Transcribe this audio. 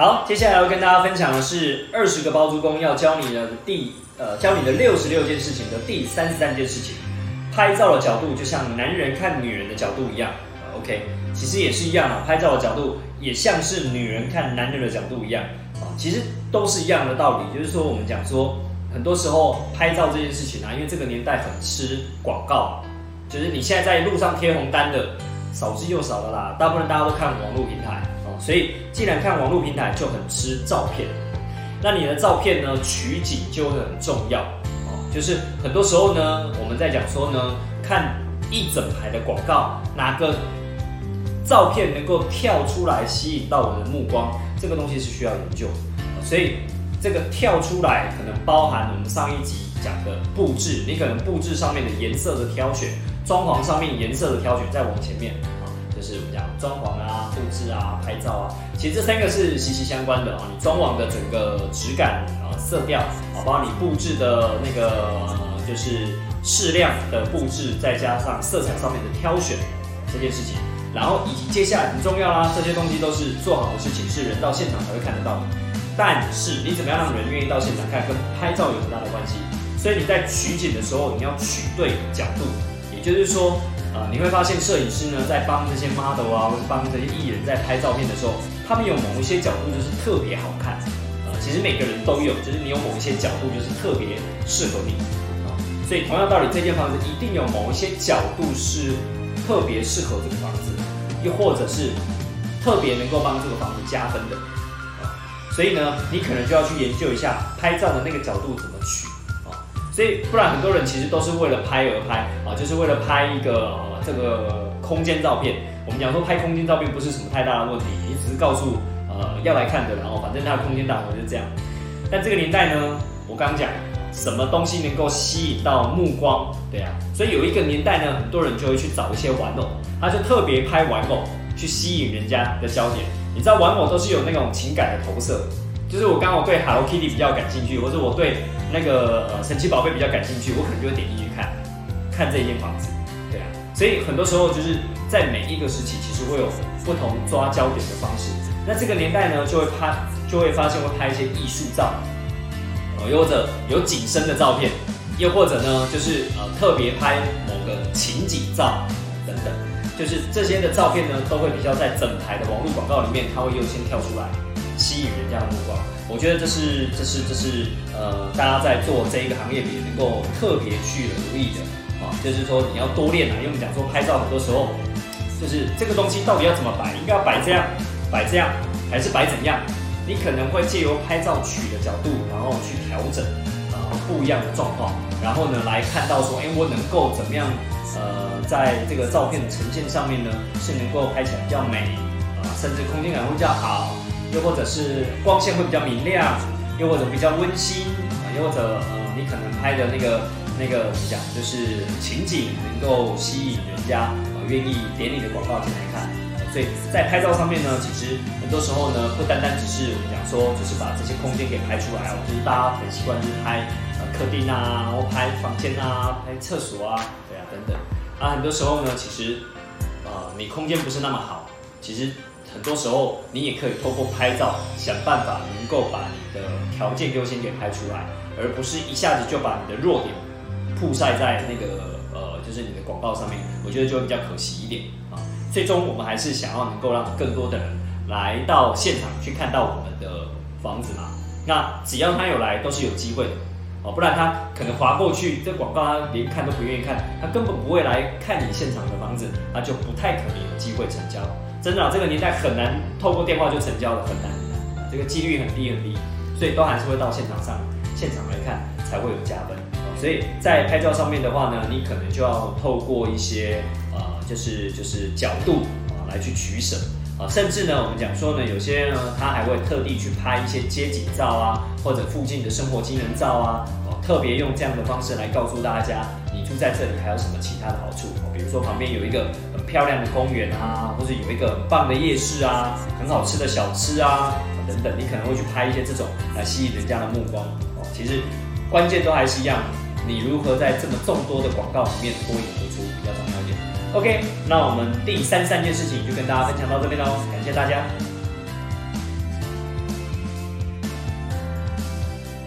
好，接下来要跟大家分享的是20个包租公要教你的66件事情的第33件事情。拍照的角度就像男人看女人的角度一样，OK， 其实也是一样啊，拍照的角度也像是女人看男人的角度一样啊，其实都是一样的道理。就是说，我们讲说，很多时候拍照这件事情啊，因为这个年代很吃广告，就是你现在在路上贴红单的少之又少的啦，大部分大家都看网络平台。所以，既然看网络平台就很吃照片，那你的照片呢取景就会很重要就是很多时候呢，我们在讲说呢，看一整排的广告，哪个照片能够跳出来吸引到我的目光，这个东西是需要研究所以这个跳出来可能包含我们上一集讲的布置，你可能布置上面的颜色的挑选，装潢上面颜色的挑选，再往前面。就是我们讲装潢啊、布置啊、拍照啊，其实这3个是息息相关的你装潢的整个质感色调包括你布置的那个就是适量的布置，再加上色彩上面的挑选这件事情，然后以及接下来很重要啦，这些东西都是做好的事情，是人到现场才会看得到的。但是你怎么样让人愿意到现场看，跟拍照有很大的关系。所以你在取景的时候，你要取对角度，也就是说。你会发现摄影师呢，在帮这些 model 啊，或是帮这些艺人在拍照片的时候，他们有某一些角度就是特别好看。其实每个人都有，就是你有某一些角度就是特别适合你。所以同样道理，这间房子一定有某一些角度是特别适合这个房子，又或者是特别能够帮这个房子加分的。所以呢，你可能就要去研究一下拍照的那个角度怎么取。所以不然很多人其实都是为了拍而拍就是为了拍一个这个空间照片。我们讲说拍空间照片不是什么太大的问题，你只是告诉要来看的，然后反正它的空间大小就是这样。但这个年代呢，我刚刚讲什么东西能够吸引到目光，对啊，所以有一个年代呢，很多人就会去找一些玩偶，他就特别拍玩偶去吸引人家的焦点。你知道玩偶都是有那种情感的投射。就是我刚好对 Hello Kitty 比较感兴趣，或者我对那个神奇宝贝比较感兴趣，我可能就会点进去看这一间房子，对啊。所以很多时候就是在每一个时期，其实会有不同抓焦点的方式。那这个年代呢，就会发现会拍一些艺术照，又或者有景深的照片，又或者呢就是特别拍某个情景照等等，就是这些的照片呢，都会比较在整排的网络广告里面，它会优先跳出来。吸引人家的目光，我觉得这是大家在做这一个行业里能够特别去留意的就是说你要多练因为我们讲说拍照很多时候就是这个东西到底要怎么摆，应该要摆这样，还是摆怎样？你可能会借由拍照取的角度，然后去调整不一样的状况，然后呢来看到说，我能够怎么样在这个照片的呈现上面呢，是能够拍起来比较美甚至空间感会比较好。又或者是光线会比较明亮，又或者比较温馨又或者你可能拍的那个怎么讲，就是情景能够吸引人家愿意点你的广告进来看。所以在拍照上面呢，其实很多时候呢，不单单只是我们讲说，只是把这些空间给拍出来就是大家很习惯就是拍客厅啊，然后拍房间啊，拍厕所啊，对啊等等很多时候呢，其实你空间不是那么好，其实。很多时候，你也可以透过拍照想办法，能够把你的条件优先给拍出来，而不是一下子就把你的弱点曝晒在那个就是你的广告上面。我觉得就会比较可惜一点最终我们还是想要能够让更多的人来到现场去看到我们的房子嘛。那只要他有来，都是有机会的不然他可能滑过去，这广告他连看都不愿意看，他根本不会来看你现场的房子，那就不太可能有机会成交。真的这个年代很难透过电话就成交了，很难这个几率很低，所以都还是会到现场来看才会有加分所以在拍照上面的话呢，你可能就要透过一些就是角度来去取舍甚至呢，我们讲说呢，有些呢他还会特地去拍一些街景照啊，或者附近的生活机能照啊特别用这样的方式来告诉大家，你住在这里还有什么其他的好处比如说旁边有一个很漂亮的公园啊，或者有一个很棒的夜市啊，很好吃的小吃啊等等，你可能会去拍一些这种来吸引人家的目光其实关键都还是一样，你如何在这么众多的广告里面脱颖而出比较重要一点。OK， 那我们第33件事情就跟大家分享到这边喽，感谢大家。